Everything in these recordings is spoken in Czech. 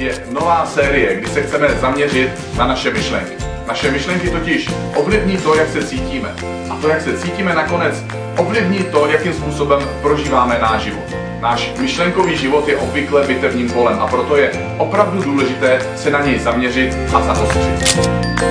je nová série, kdy se chceme zaměřit na naše myšlenky. Naše myšlenky totiž ovlivní to, jak se cítíme. A to, jak se cítíme, nakonec ovlivní to, jakým způsobem prožíváme náš život. Náš myšlenkový život je obvykle bitevním polem a proto je opravdu důležité se na něj zaměřit a zaostřit.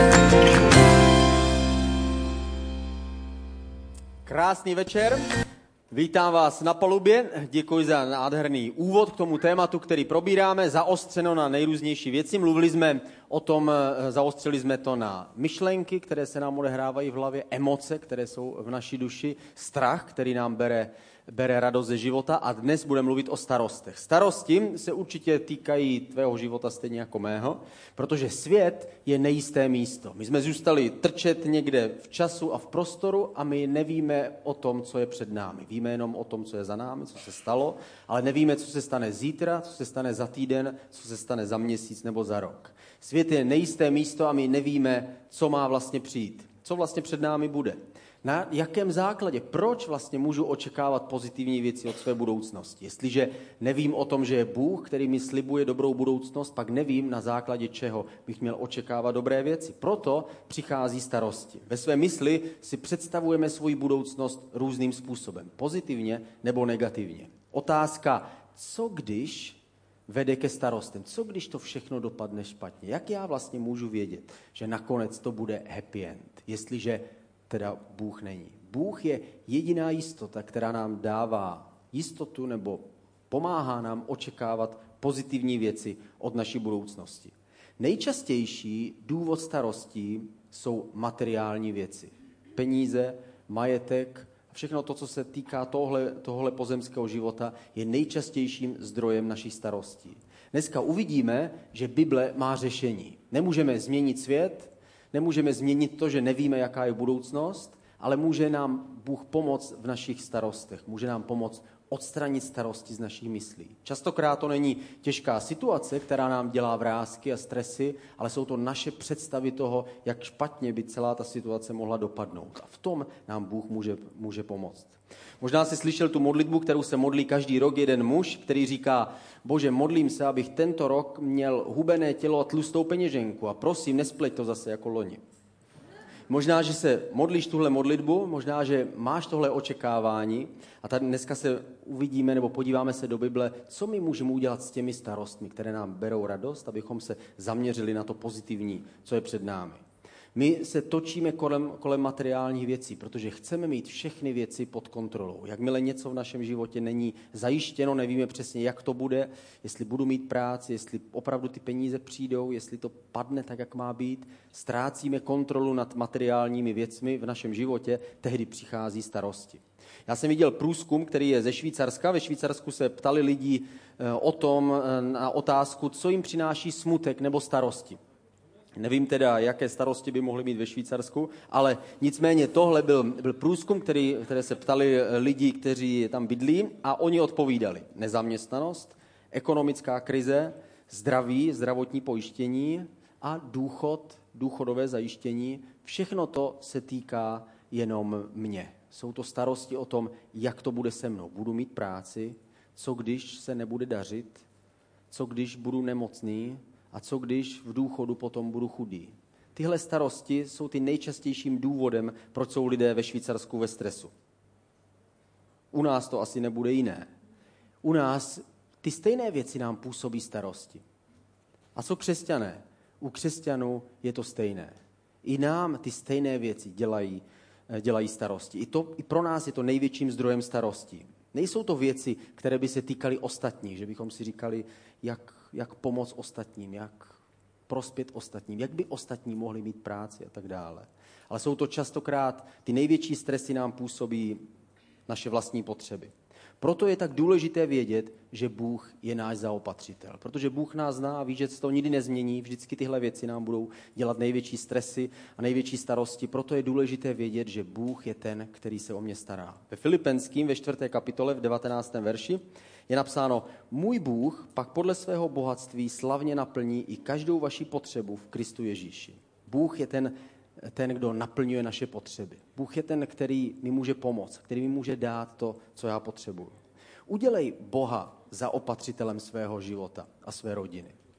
Krásný večer. Vítám vás na palubě. Děkuji za nádherný úvod k tomu tématu, který probíráme. Zaostřeno na nejrůznější věci. Mluvili jsme o tom, zaostřili jsme to na myšlenky, které se nám odehrávají v hlavě, emoce, které jsou v naší duši, strach, který nám bere radost ze života, a dnes budeme mluvit o starostech. Starosti se určitě týkají tvého života stejně jako mého, protože svět je nejisté místo. My jsme zůstali trčet někde v času a v prostoru a my nevíme o tom, co je před námi. Víme jenom o tom, co je za námi, co se stalo, ale nevíme, co se stane zítra, co se stane za týden, co se stane za měsíc nebo za rok. Svět je nejisté místo a my nevíme, co má vlastně přijít, co vlastně před námi bude. Na jakém základě? Proč vlastně můžu očekávat pozitivní věci od své budoucnosti? Jestliže nevím o tom, že je Bůh, který mi slibuje dobrou budoucnost, pak nevím, na základě čeho bych měl očekávat dobré věci. Proto přichází starosti. Ve své mysli si představujeme svoji budoucnost různým způsobem. Pozitivně nebo negativně. Otázka, co když vede ke starostem? Co když to všechno dopadne špatně? Jak já vlastně můžu vědět, že nakonec to bude happy end, jestliže teda Bůh není? Bůh je jediná jistota, která nám dává jistotu nebo pomáhá nám očekávat pozitivní věci od naší budoucnosti. Nejčastější důvod starostí jsou materiální věci. Peníze, majetek, všechno to, co se týká tohle pozemského života, je nejčastějším zdrojem našich starostí. Dneska uvidíme, že Bible má řešení. Nemůžeme změnit svět, nemůžeme změnit to, že nevíme, jaká je budoucnost, ale může nám Bůh pomoct v našich starostech. Může nám pomoct odstranit starosti z našich myslí. Častokrát to není těžká situace, která nám dělá vrásky a stresy, ale jsou to naše představy toho, jak špatně by celá ta situace mohla dopadnout. A v tom nám Bůh může pomoct. Možná jsi slyšel tu modlitbu, kterou se modlí každý rok jeden muž, který říká: Bože, modlím se, abych tento rok měl hubené tělo a tlustou peněženku a prosím, nespleť to zase jako loni. Možná, že se modlíš tuhle modlitbu, možná, že máš tohle očekávání a tady dneska se uvidíme nebo podíváme se do Bible, co my můžeme udělat s těmi starostmi, které nám berou radost, abychom se zaměřili na to pozitivní, co je před námi. My se točíme kolem materiálních věcí, protože chceme mít všechny věci pod kontrolou. Jakmile něco v našem životě není zajištěno, nevíme přesně, jak to bude, jestli budu mít práci, jestli opravdu ty peníze přijdou, jestli to padne tak, jak má být, ztrácíme kontrolu nad materiálními věcmi v našem životě, tehdy přichází starosti. Já jsem viděl průzkum, který je ze Švýcarska. Ve Švýcarsku se ptali lidí o tom na otázku, co jim přináší smutek nebo starosti. Nevím teda, jaké starosti by mohly mít ve Švýcarsku, ale nicméně tohle byl průzkum, které se ptali lidí, kteří tam bydlí, a oni odpovídali: nezaměstnanost, ekonomická krize, zdraví, zdravotní pojištění a důchodové zajištění. Všechno to se týká jenom mě. Jsou to starosti o tom, jak to bude se mnou. Budu mít práci, co když se nebude dařit, co když budu nemocný, a co když v důchodu potom budu chudý. Tyhle starosti jsou ty nejčastějším důvodem, proč jsou lidé ve Švýcarsku ve stresu. U nás to asi nebude jiné. U nás ty stejné věci nám působí starosti. A co křesťané? U křesťanů je to stejné. I nám ty stejné věci dělají starosti. I pro nás je to největším zdrojem starostí. Nejsou to věci, které by se týkaly ostatních, že bychom si říkali, jak pomoct ostatním, jak prospět ostatním, jak by ostatní mohli mít práci a tak dále. Ale jsou to častokrát, ty největší stresy nám působí naše vlastní potřeby. Proto je tak důležité vědět, že Bůh je náš zaopatřitel. Protože Bůh nás zná a ví, že se to nikdy nezmění, vždycky tyhle věci nám budou dělat největší stresy a největší starosti. Proto je důležité vědět, že Bůh je ten, který se o mě stará. Ve Filipenským ve 4. kapitole v 19. verši je napsáno: Můj Bůh pak podle svého bohatství slavně naplní i každou vaši potřebu v Kristu Ježíši. Bůh je ten, kdo naplňuje naše potřeby. Bůh je ten, který mi může pomoct, který mi může dát to, co já potřebuji. Udělej Boha zaopatřitelem svého života a své rodiny.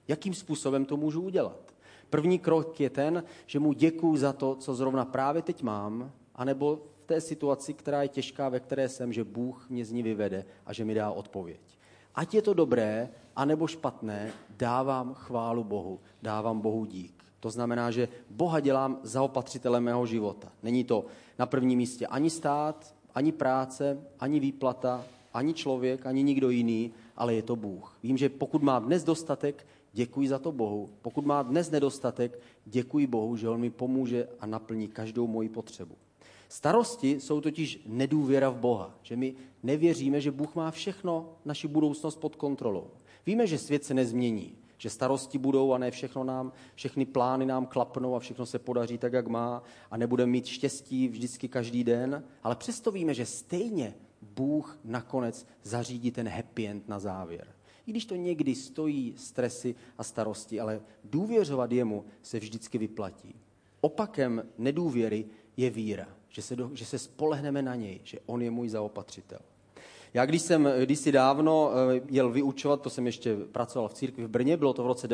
Jakým způsobem to můžu udělat? První krok je ten, že mu děkuju za to, co zrovna právě teď mám, anebo v té situaci, která je těžká, ve které jsem, že Bůh mě z ní vyvede a že mi dá odpověď. Ať je to dobré, anebo špatné, dávám chválu Bohu, dávám Bohu dík. To znamená, že Boha dělám zaopatřitelem mého života. Není to na prvním místě ani stát, ani práce, ani výplata, ani člověk, ani nikdo jiný, ale je to Bůh. Vím, že pokud mám dnes dostatek, děkuji za to Bohu. Pokud mám dnes nedostatek, děkuji Bohu, že On mi pomůže a naplní každou moji potřebu. Starosti jsou totiž nedůvěra v Boha, že my nevěříme, že Bůh má všechno, naši budoucnost pod kontrolou. Víme, že svět se nezmění, že starosti budou a ne všechny plány nám klapnou a všechno se podaří tak, jak má a nebudeme mít štěstí vždycky každý den, ale přesto víme, že stejně Bůh nakonec zařídí ten happy end na závěr. I když to někdy stojí stresy a starosti, ale důvěřovat jemu se vždycky vyplatí. Opakem nedůvěry je víra, že se spolehneme na něj, že on je můj zaopatřitel. Já když jsem kdysi dávno jel vyučovat, to jsem ještě pracoval v církvi v Brně, bylo to v roce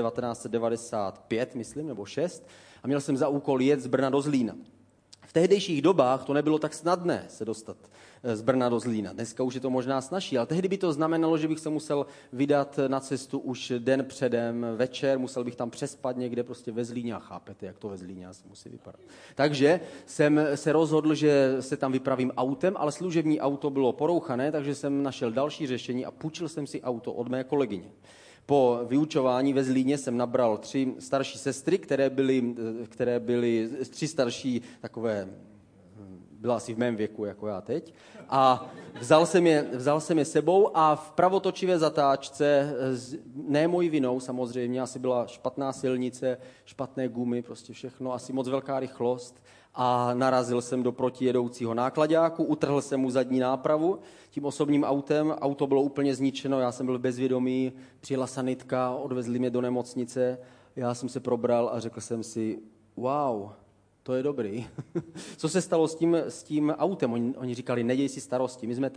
1995, myslím, nebo 6, a měl jsem za úkol jet z Brna do Zlína. V tehdejších dobách to nebylo tak snadné se dostat z Brna do Zlína. Dneska už je to možná snazší, ale tehdy by to znamenalo, že bych se musel vydat na cestu už den předem, večer, musel bych tam přespat někde prostě ve Zlíně a chápete, jak to ve Zlíně asi musí vypadat. Takže jsem se rozhodl, že se tam vypravím autem, ale služební auto bylo porouchané, takže jsem našel další řešení a půjčil jsem si auto od mé kolegyně. Po vyučování ve Zlíně jsem nabral 3 starší sestry, které byly 3 starší, takové, byla asi v mém věku, jako já teď. A vzal jsem je sebou a v pravotočivé zatáčce, ne mojí vinou samozřejmě, asi byla špatná silnice, špatné gumy, prostě všechno, asi moc velká rychlost. A narazil jsem do protijedoucího náklaďáku, utrhl jsem mu zadní nápravu tím osobním autem, auto bylo úplně zničeno, já jsem byl v bezvědomí, přijela sanitka, odvezli mě do nemocnice, já jsem se probral a řekl jsem si, wow, to je dobrý. Co se stalo s tím autem? Oni říkali, neděj si starosti. My jsme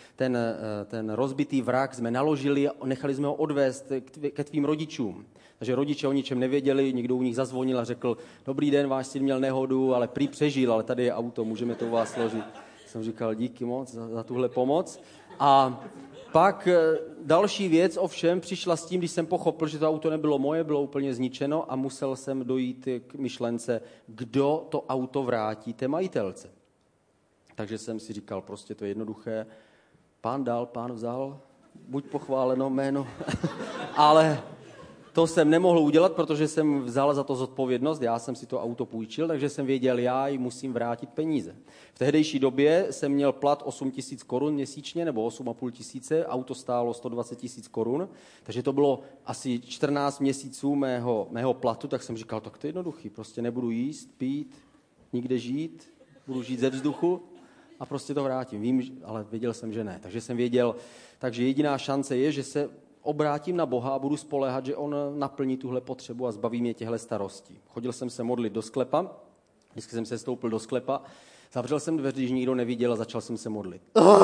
ten rozbitý vrak jsme naložili a nechali jsme ho odvést ke tvým rodičům. Takže rodiče o ničem nevěděli, někdo u nich zazvonil a řekl, dobrý den, váš syn měl nehodu, ale prý přežil, ale tady je auto, můžeme to u vás složit. Jsem říkal, díky moc za tuhle pomoc. A pak další věc ovšem přišla s tím, když jsem pochopil, že to auto nebylo moje, bylo úplně zničeno a musel jsem dojít k myšlence, kdo to auto vrátí té majitelce. Takže jsem si říkal, prostě to je jednoduché, pán dal, pán vzal, buď pochváleno jméno, ale to jsem nemohl udělat, protože jsem vzal za to zodpovědnost, já jsem si to auto půjčil, takže jsem věděl, já jí musím vrátit peníze. V tehdejší době jsem měl plat 8 000 korun měsíčně, nebo 8 500, auto stálo 120 000 korun, takže to bylo asi 14 měsíců mého platu, tak jsem říkal, tak to je jednoduchý, prostě nebudu jíst, pít, nikde žít, budu žít ze vzduchu a prostě to vrátím. Vím, ale věděl jsem, že ne, takže jsem věděl, takže jediná šance je, že se obrátím na Boha a budu spoléhat, že on naplní tuhle potřebu a zbaví mě těchto starostí. Chodil jsem se modlit do sklepa, vždycky jsem se stoupil do sklepa, zavřel jsem dveře, když nikdo neviděl a začal jsem se modlit.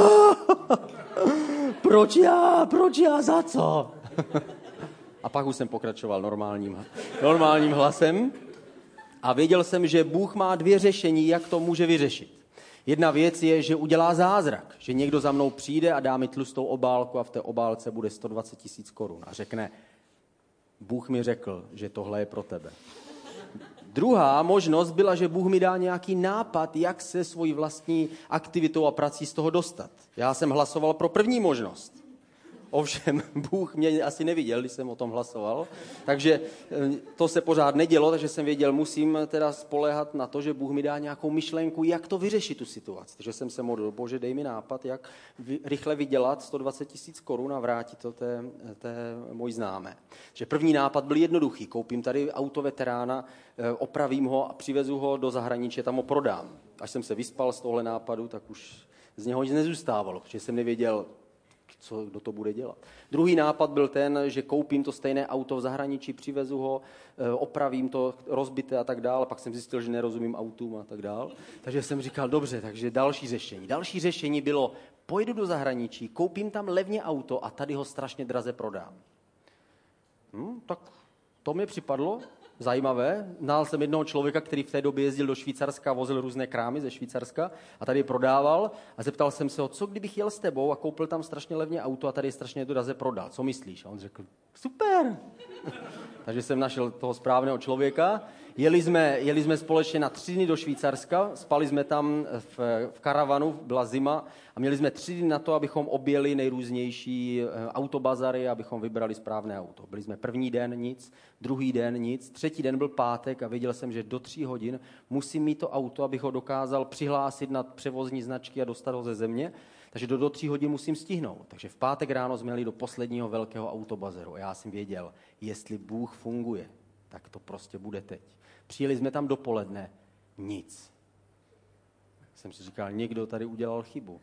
Proč já, za co? A pak už jsem pokračoval normálním hlasem a věděl jsem, že Bůh má 2 řešení, jak to může vyřešit. Jedna věc je, že udělá zázrak, že někdo za mnou přijde a dá mi tlustou obálku a v té obálce bude 120 000 korun a řekne, Bůh mi řekl, že tohle je pro tebe. Druhá možnost byla, že Bůh mi dá nějaký nápad, jak se svojí vlastní aktivitou a prací z toho dostat. Já jsem hlasoval pro první možnost. Ovšem, Bůh mě asi neviděl, když jsem o tom hlasoval, takže to se pořád nedělo, takže jsem věděl, musím teda spoléhat na to, že Bůh mi dá nějakou myšlenku, jak to vyřešit tu situaci. Takže jsem se modlil, Bože, dej mi nápad, jak rychle vydělat 120 000 korun a vrátit to té mojí známé. Že první nápad byl jednoduchý, koupím tady auto veterána, opravím ho a přivezu ho do zahraničí, tam ho prodám. Až jsem se vyspal z tohle nápadu, tak už z něho nic nezůstávalo, protože jsem nevěděl, kdo to bude dělat. Druhý nápad byl ten, že koupím to stejné auto v zahraničí, přivezu ho, opravím to rozbité a tak dále, pak jsem zjistil, že nerozumím autům a tak dále. Takže jsem říkal, dobře, takže další řešení. Další řešení bylo, pojedu do zahraničí, koupím tam levně auto a tady ho strašně draze prodám. Tak To mě připadlo zajímavé. Znal jsem jednoho člověka, který v té době jezdil do Švýcarska, vozil různé krámy ze Švýcarska a tady je prodával a zeptal jsem se ho, co kdybych jel s tebou a koupil tam strašně levně auto a tady je strašně draze prodal. Co myslíš? A on řekl, super. Takže jsem našel toho správného člověka. Jeli jsme společně na 3 dny do Švýcarska, spali jsme tam v karavanu, byla zima a měli jsme 3 dny na to, abychom objeli nejrůznější autobazary, abychom vybrali správné auto. Byli jsme první den nic, druhý den nic, třetí den byl pátek a věděl jsem, že do 3 hodin musím mít to auto, abych ho dokázal přihlásit na převozní značky a dostat ho ze země. Takže do 3 hodin musím stihnout. Takže v pátek ráno jsme jeli do posledního velkého autobazaru a já jsem věděl, jestli Bůh funguje, tak to prostě bude teď. Přijeli jsme tam dopoledne, nic. Jsem si říkal, někdo tady udělal chybu.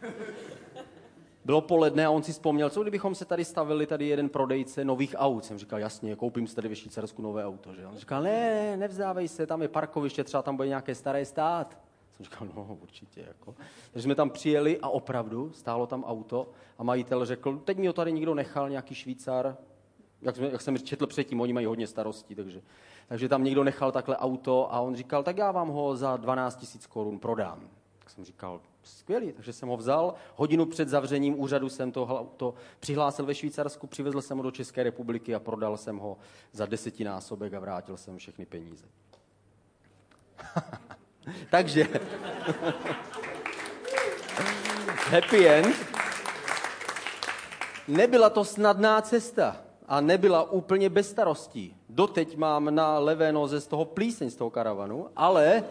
Bylo poledne a on si vzpomněl, co kdybychom se tady stavili, tady jeden prodejce nových aut. Jsem říkal, jasně, koupím si tady ve Švýcarsku nové auto. Že? On říkal, ne, nevzdávej se, tam je parkoviště, třeba tam bude nějaké staré stát. Jsem říkal, no určitě. Jako. Takže jsme tam přijeli a opravdu stálo tam auto a majitel řekl, teď mi ho tady někdo nechal, nějaký Švýcar. Jak jsem četl předtím, oni mají hodně starostí, takže tam někdo nechal takhle auto a on říkal, tak já vám ho za 12 000 korun prodám. Tak jsem říkal, skvělý, takže jsem ho vzal, hodinu před zavřením úřadu jsem to auto přihlásil ve Švýcarsku, přivezl jsem ho do České republiky a prodal jsem ho za 10násobek a vrátil jsem všechny peníze. Takže happy end. Nebyla to snadná cesta. A nebyla úplně bez starostí. Doteď mám na levé noze z toho plíseň z toho karavanu, ale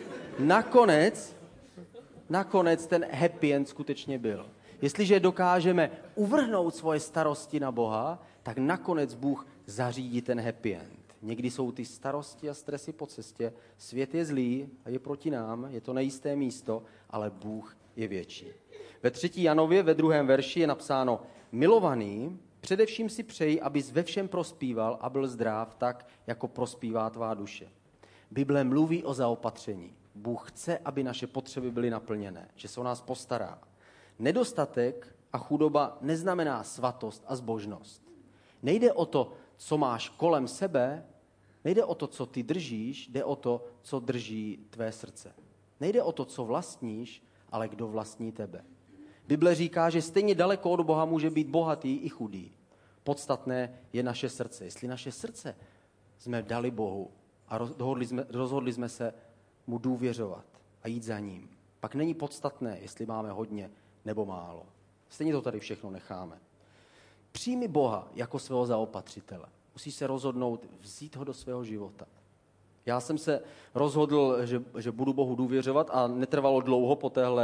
nakonec ten happy end skutečně byl. Jestliže dokážeme uvrhnout svoje starosti na Boha, tak nakonec Bůh zařídí ten happy end. Někdy jsou ty starosti a stresy po cestě. Svět je zlý a je proti nám, je to nejisté místo, ale Bůh je větší. Ve 3. Janově, ve 2. verši je napsáno, milovaný, především si přeji, abys ve všem prospíval a byl zdrav tak, jako prospívá tvá duše. Bible mluví o zaopatření. Bůh chce, aby naše potřeby byly naplněné, že se o nás postará. Nedostatek a chudoba neznamená svatost a zbožnost. Nejde o to, co máš kolem sebe, nejde o to, co ty držíš, jde o to, co drží tvé srdce. Nejde o to, co vlastníš, ale kdo vlastní tebe. Bible říká, že stejně daleko od Boha může být bohatý i chudý. Podstatné je naše srdce. Jestli naše srdce jsme dali Bohu a rozhodli jsme se mu důvěřovat a jít za ním, pak není podstatné, jestli máme hodně nebo málo. Stejně to tady všechno necháme. Přijmi Boha jako svého zaopatřitele. Musíš se rozhodnout vzít ho do svého života. Já jsem se rozhodl, že budu Bohu důvěřovat a netrvalo dlouho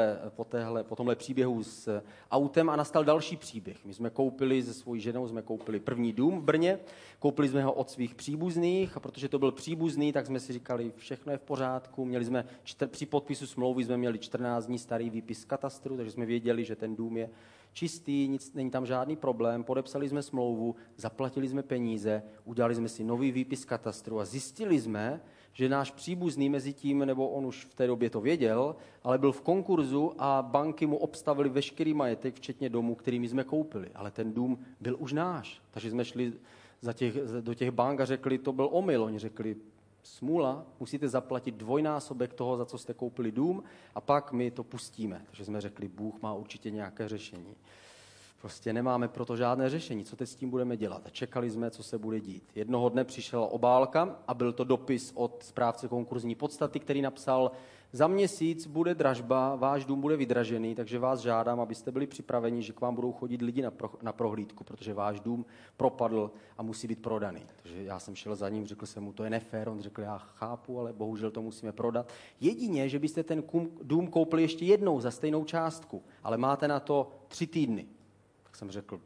po tomhle příběhu s autem a nastal další příběh. My jsme koupili se svojí ženou, první dům v Brně, koupili jsme ho od svých příbuzných a protože to byl příbuzný, tak jsme si říkali, všechno je v pořádku. Měli jsme při podpisu smlouvy jsme měli 14 dní starý výpis z katastru, takže jsme věděli, že ten dům je čistý, není tam žádný problém, podepsali jsme smlouvu, zaplatili jsme peníze, udělali jsme si nový výpis katastru a zjistili jsme, že náš příbuzný mezi tím, nebo on už v té době to věděl, ale byl v konkurzu a banky mu obstavili veškerý majetek, včetně domu, který my jsme koupili. Ale ten dům byl už náš. Takže jsme šli do těch bank a řekli, to byl omyl. Oni řekli, smůla, musíte zaplatit 2násobek toho, za co jste koupili dům a pak my to pustíme. Takže jsme řekli, Bůh má určitě nějaké řešení. Prostě nemáme proto žádné řešení, co teď s tím budeme dělat. A čekali jsme, co se bude dít. Jednoho dne přišla obálka a byl to dopis od správce konkurzní podstaty, který napsal, za měsíc bude dražba, váš dům bude vydražený, takže vás žádám, abyste byli připraveni, že k vám budou chodit lidi na prohlídku, protože váš dům propadl a musí být prodaný. Takže já jsem šel za ním, řekl jsem mu, to je nefér, on řekl, já chápu, ale bohužel to musíme prodat. Jedině, že byste ten dům koupili ještě jednou za stejnou částku, ale máte na to 3 týdny. Tak jsem řekl,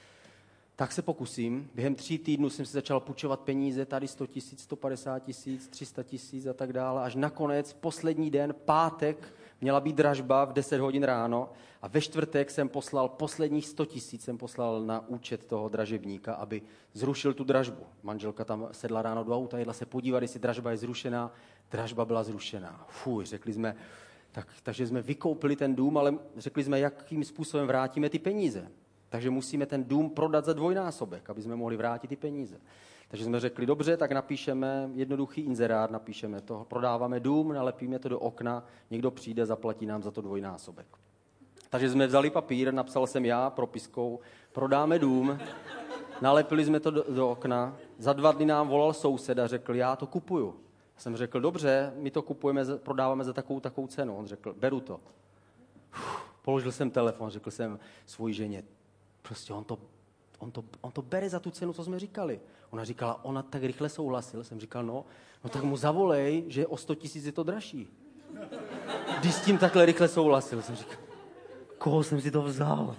tak se pokusím. Během 3 týdnů jsem si začal půjčovat peníze, tady 100 000, 150 000, 300 000 a tak dále. Až nakonec, poslední den, pátek, měla být dražba v 10 hodin ráno a ve čtvrtek jsem poslal posledních 100 000, jsem poslal na účet toho dražebníka, aby zrušil tu dražbu. Manželka tam sedla ráno do auta, jedla se podívat, jestli dražba je zrušená. Dražba byla zrušená. Fuj, řekli jsme, takže jsme vykoupili ten dům, ale řekli jsme, jakým způsobem vrátíme ty peníze. Takže musíme ten dům prodat za 2násobek, aby jsme mohli vrátit ty peníze. Takže jsme řekli, dobře, tak napíšeme jednoduchý inzerát, napíšeme to, prodáváme dům, nalepíme to do okna, někdo přijde, zaplatí nám za to dvojnásobek. Takže jsme vzali papír, napsal jsem já propiskou, prodáme dům, nalepili jsme to do okna, za 2 dny nám volal soused a řekl, já to kupuju. Jsem řekl, dobře, my to kupujeme, prodáváme za takovou cenu. On řekl, beru to. Položil jsem telefon, řekl jsem svojí ženě, prostě on to bere za tu cenu, co jsme říkali. Ona říkala, ona tak rychle souhlasil. Jsem říkal, no tak mu zavolej, že o 100 000 je to dražší. Když s tím takhle rychle souhlasil, jsem říkal, koho jsem si to vzal?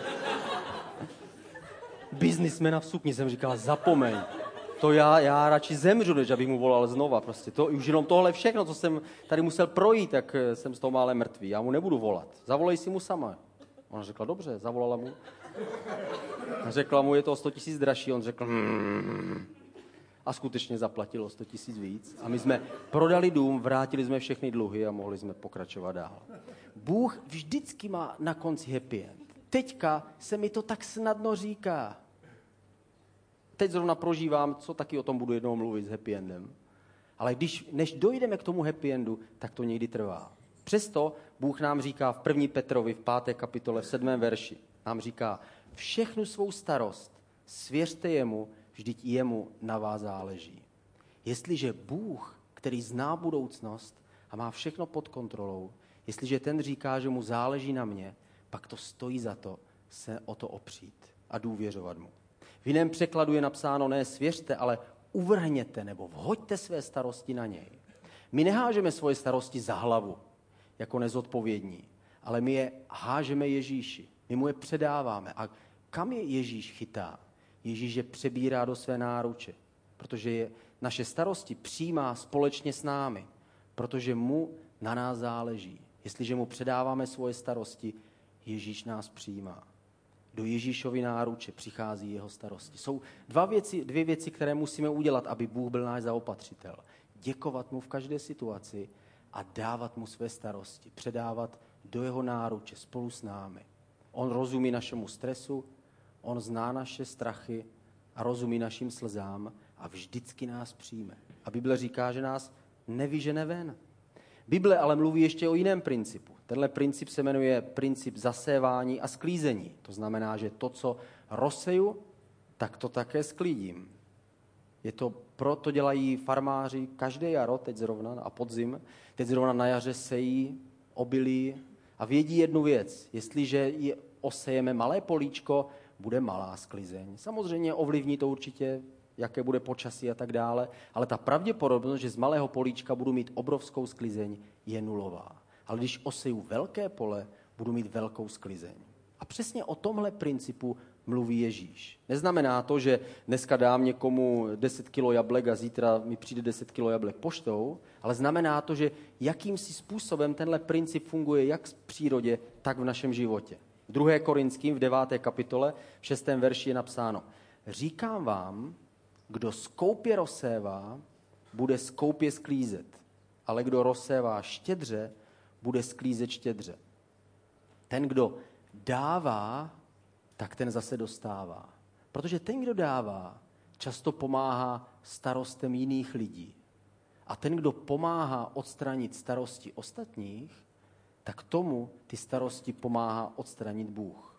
Biznismena v sukni, jsem říkal, zapomeň. To já radši zemřu, než abych mu volal znova. Prostě to, už jenom tohle všechno, co jsem tady musel projít, tak jsem z toho málem mrtvý. Já mu nebudu volat. Zavolej si mu sama. Ona řekla, dobře, zavolala mu. A řekla mu, je to o 100 000 dražší. On řekl, A skutečně zaplatilo 100 000 víc. A my jsme prodali dům, vrátili jsme všechny dluhy a mohli jsme pokračovat dál. Bůh vždycky má na konci happy end. Teďka se mi to tak snadno říká. Teď zrovna prožívám, co taky o tom budu jednou mluvit s happy endem. Ale než dojdeme k tomu happy endu, tak to někdy trvá. Přesto Bůh nám říká v 1. Petrovi v 5. kapitole v 7. verši, nám říká, všechnu svou starost svěřte jemu, vždyť jemu na vás záleží. Jestliže Bůh, který zná budoucnost a má všechno pod kontrolou, jestliže ten říká, že mu záleží na mě, pak to stojí za to se o to opřít a důvěřovat mu. V jiném překladu je napsáno, ne svěřte, ale uvrhněte nebo vhoďte své starosti na něj. My nehážeme svoje starosti za hlavu, jako nezodpovědní, ale my je hážeme Ježíši. My mu je předáváme. A kam je Ježíš chytá? Ježíš je přebírá do své náruče, protože je naše starosti přijímá společně s námi, protože mu na nás záleží. Jestliže mu předáváme svoje starosti, Ježíš nás přijímá. Do Ježíšovy náruče přichází jeho starosti. Jsou dvě věci, které musíme udělat, aby Bůh byl náš zaopatřitel. Děkovat mu v každé situaci a dávat mu své starosti. Předávat do jeho náruče spolu s námi. On rozumí našemu stresu, on zná naše strachy a rozumí našim slzám a vždycky nás přijme. A Bible říká, že nás nevyžene ven. Bible ale mluví ještě o jiném principu. Tenhle princip se jmenuje princip zasévání a sklízení. To znamená, že to, co rozseju, tak to také sklídím. Proto dělají farmáři každé jaro, teď zrovna a podzim, teď zrovna na jaře sejí obilí a vědí jednu věc. Jestliže osejeme malé políčko, bude malá sklizeň. Samozřejmě ovlivní to určitě, jaké bude počasí a tak dále, ale ta pravděpodobnost, že z malého políčka budu mít obrovskou sklizeň, je nulová. Ale když oseju velké pole, budu mít velkou sklizeň. A přesně o tomhle principu mluví Ježíš. Neznamená to, že dneska dám někomu 10 kilo jablek a zítra mi přijde 10 kilo jablek poštou, ale znamená to, že jakýmsi způsobem tenhle princip funguje jak v přírodě, tak v našem životě. V 2. Korinským v 9. kapitole v 6. verši je napsáno: Říkám vám, kdo skoupě rozsévá, bude skoupě sklízet, ale kdo rozsévá štědře, bude sklízet štědře. Ten, kdo dává, tak ten zase dostává. Protože ten, kdo dává, často pomáhá starostem jiných lidí. A ten, kdo pomáhá odstranit starosti ostatních, tak tomu ty starosti pomáhá odstranit Bůh.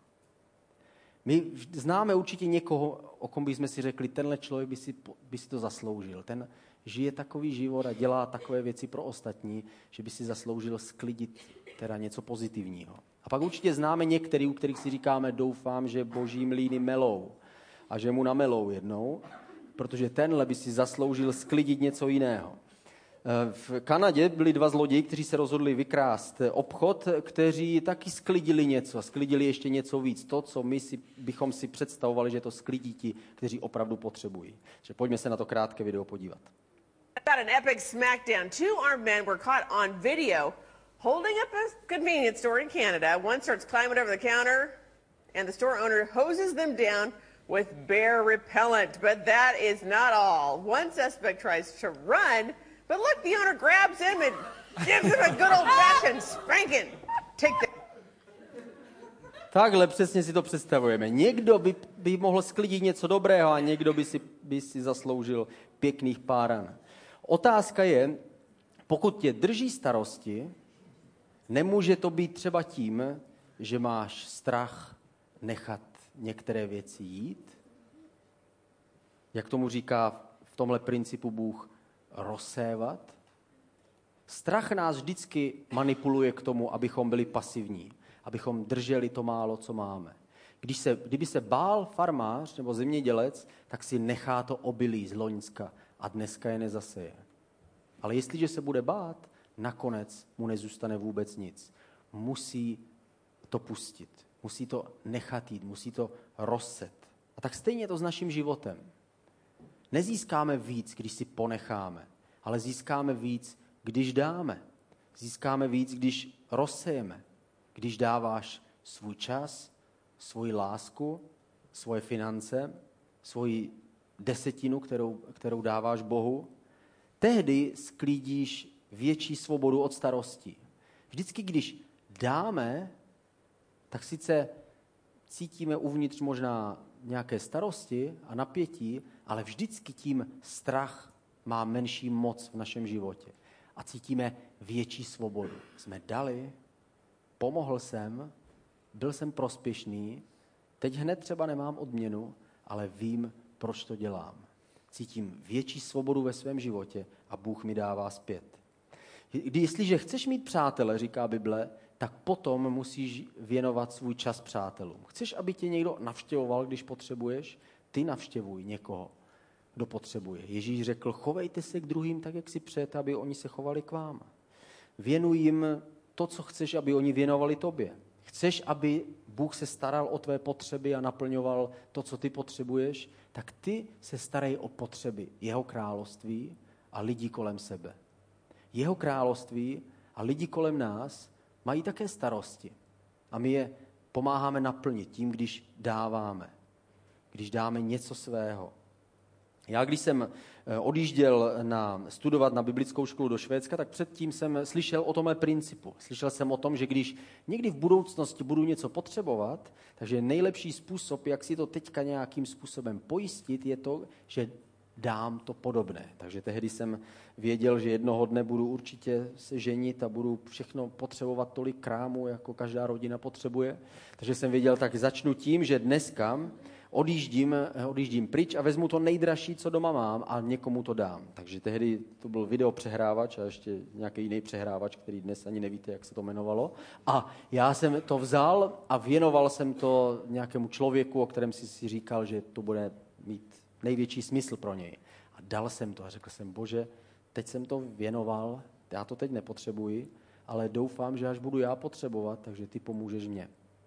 My známe určitě někoho, o kom bychom si řekli, tenhle člověk by si to zasloužil. Ten žije takový život a dělá takové věci pro ostatní, že by si zasloužil sklidit teda něco pozitivního. A pak určitě známe některý, u kterých si říkáme, doufám, že boží mlýny melou a že mu namelou jednou, protože tenhle by si zasloužil sklidit něco jiného. V Kanadě byli 2 zloději, kteří se rozhodli vykrást obchod, kteří taky sklidili něco a sklidili ještě něco víc. To, co my bychom si představovali, že to sklidí ti, kteří opravdu potřebují. Takže pojďme se na to krátké video podívat. About an epic smackdown. 2 armed men were caught on video holding up a convenience store in Canada. One starts climbing over the counter, and the store owner hoses them down with bear repellent. But that is not all. One suspect tries to run, but look, the owner grabs him and gives him a good old-fashioned spanking. Take that. Takhle přesně si to představujeme. Někdo by mohl sklidit něco dobrého a někdo by si by si zasloužil pěkných pár ran. Otázka je, pokud tě drží starosti, nemůže to být třeba tím, že máš strach nechat některé věci jít? Jak tomu říká v tomhle principu Bůh, rozsévat? Strach nás vždycky manipuluje k tomu, abychom byli pasivní, abychom drželi to málo, co máme. Kdyby se bál farmář nebo zemědělec, tak si nechá to obilí z loňska a dneska je nezaseje. Ale jestliže se bude bát, nakonec mu nezůstane vůbec nic. Musí to pustit, musí to nechat jít, musí to rozset. A tak stejně to s naším životem. Nezískáme víc, když si ponecháme, ale získáme víc, když dáme. Získáme víc, když rozsejeme, když dáváš svůj čas, svoji lásku, svoje finance, svoji desetinu, kterou dáváš Bohu. Tehdy sklídíš větší svobodu od starostí. Vždycky, když dáme, tak sice cítíme uvnitř možná nějaké starosti a napětí, ale vždycky tím strach má menší moc v našem životě. A cítíme větší svobodu. Jsme dali, pomohl jsem, byl jsem prospěšný, teď hned třeba nemám odměnu, ale vím, proč to dělám. Cítím větší svobodu ve svém životě a Bůh mi dává zpět. Jestliže chceš mít přátele, říká Bible, tak potom musíš věnovat svůj čas přátelům. Chceš, aby tě někdo navštěvoval, když potřebuješ? Ty navštěvuj někoho, kdo potřebuje. Ježíš řekl, chovejte se k druhým tak, jak si přejete, aby oni se chovali k vám. Věnuj jim to, co chceš, aby oni věnovali tobě. Chceš, aby Bůh se staral o tvé potřeby a naplňoval to, co ty potřebuješ, tak ty se starej o potřeby jeho království a lidí kolem sebe. Jeho království a lidi kolem nás mají také starosti. A my je pomáháme naplnit tím, když dáváme. Když dáme něco svého. Já, když jsem odjížděl studovat na biblickou školu do Švédska, tak předtím jsem slyšel o tomhle principu. Slyšel jsem o tom, že když někdy v budoucnosti budu něco potřebovat, takže nejlepší způsob, jak si to teďka nějakým způsobem pojistit, je to, že dám to podobné. Takže tehdy jsem věděl, že jednoho dne budu určitě se ženit a budu všechno potřebovat tolik krámu, jako každá rodina potřebuje. Takže jsem věděl, tak začnu tím, že dneska odjíždím pryč a vezmu to nejdražší, co doma mám a někomu to dám. Takže tehdy to byl videopřehrávač a ještě nějaký jiný přehrávač, který dnes ani nevíte, jak se to jmenovalo. A já jsem to vzal a věnoval jsem to nějakému člověku, o kterém si říkal, že to bude mít největší smysl pro něj. A dal jsem to a řekl jsem, Bože, teď jsem to věnoval, já to teď nepotřebuji, ale doufám, že až budu já potřebovat, takže ty pomůžeš mně.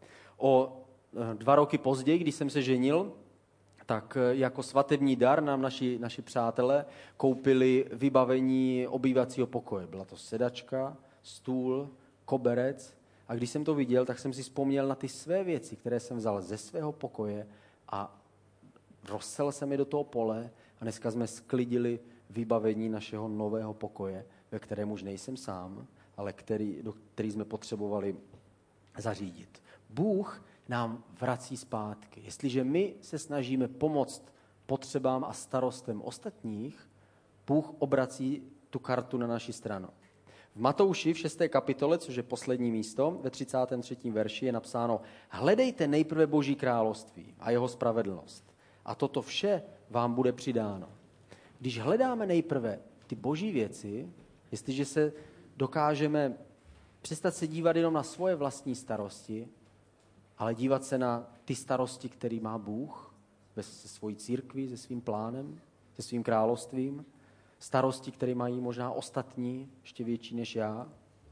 O 2 roky později, když jsem se ženil, tak jako svatební dar nám naši přátelé koupili vybavení obývacího pokoje. Byla to sedačka, stůl, koberec a když jsem to viděl, tak jsem si vzpomněl na ty své věci, které jsem vzal ze svého pokoje a rozsel jsem je do toho pole a dneska jsme sklidili vybavení našeho nového pokoje, ve kterém už nejsem sám, ale který jsme potřebovali zařídit. Bůh nám vrací zpátky. Jestliže my se snažíme pomoct potřebám a starostem ostatních, Bůh obrací tu kartu na naši stranu. V Matouši v 6. kapitole, což je poslední místo, ve 33. verši je napsáno: hledejte nejprve Boží království a jeho spravedlnost. A toto vše vám bude přidáno. Když hledáme nejprve ty boží věci, jestliže se dokážeme přestat se dívat jenom na svoje vlastní starosti, ale dívat se na ty starosti, které má Bůh se svojí církví, se svým plánem, se svým královstvím, starosti, které mají možná ostatní, ještě větší než já.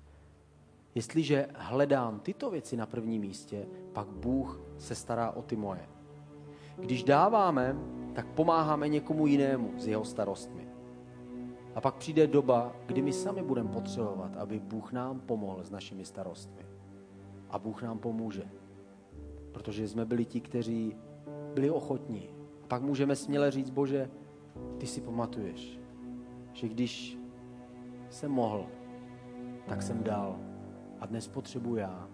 Jestliže hledám tyto věci na prvním místě, pak Bůh se stará o ty moje. Když dáváme, tak pomáháme někomu jinému s jeho starostmi. A pak přijde doba, kdy my sami budeme potřebovat, aby Bůh nám pomohl s našimi starostmi. A Bůh nám pomůže. Protože jsme byli ti, kteří byli ochotní. A pak můžeme směle říct, Bože, ty si pamatuješ, že když jsem mohl, tak jsem dal. A dnes potřebuji já.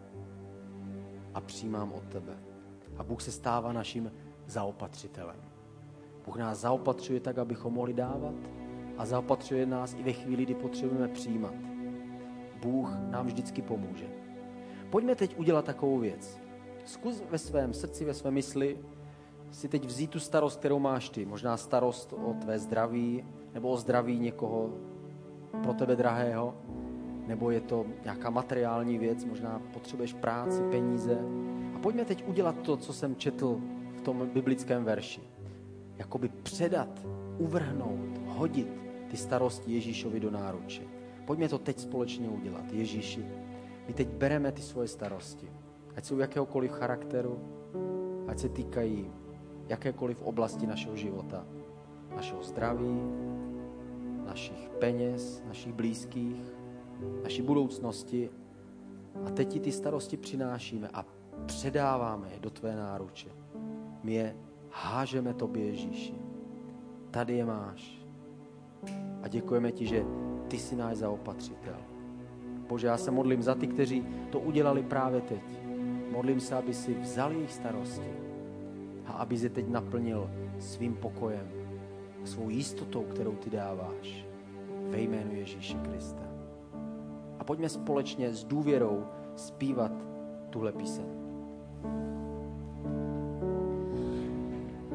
A přijímám od tebe. A Bůh se stává naším zaopatřitelem. Bůh nás zaopatřuje tak, abychom mohli dávat a zaopatřuje nás i ve chvíli, kdy potřebujeme přijímat. Bůh nám vždycky pomůže. Pojďme teď udělat takovou věc. Zkus ve svém srdci, ve své mysli si teď vzít tu starost, kterou máš ty. Možná starost o tvé zdraví, nebo o zdraví někoho pro tebe drahého, nebo je to nějaká materiální věc, možná potřebuješ práci, peníze. A pojďme teď udělat to, co jsem četl v tom biblickém verši. Jakoby předat, uvrhnout, hodit ty starosti Ježíšovi do náruče. Pojďme to teď společně udělat. Ježíši, my teď bereme ty svoje starosti. Ať jsou jakéhokoliv charakteru, ať se týkají jakékoliv oblasti našeho života, našeho zdraví, našich peněz, našich blízkých, naší budoucnosti. A teď ti ty starosti přinášíme a předáváme je do tvé náruče. My je hážeme tobě, Ježíši. Tady je máš. A děkujeme ti, že ty jsi náš zaopatřitel. Bože, já se modlím za ty, kteří to udělali právě teď. Modlím se, aby si vzal jejich starosti a aby je teď naplnil svým pokojem, svou jistotou, kterou ty dáváš. Ve jménu Ježíše Krista. A pojďme společně s důvěrou zpívat tuhle píseň.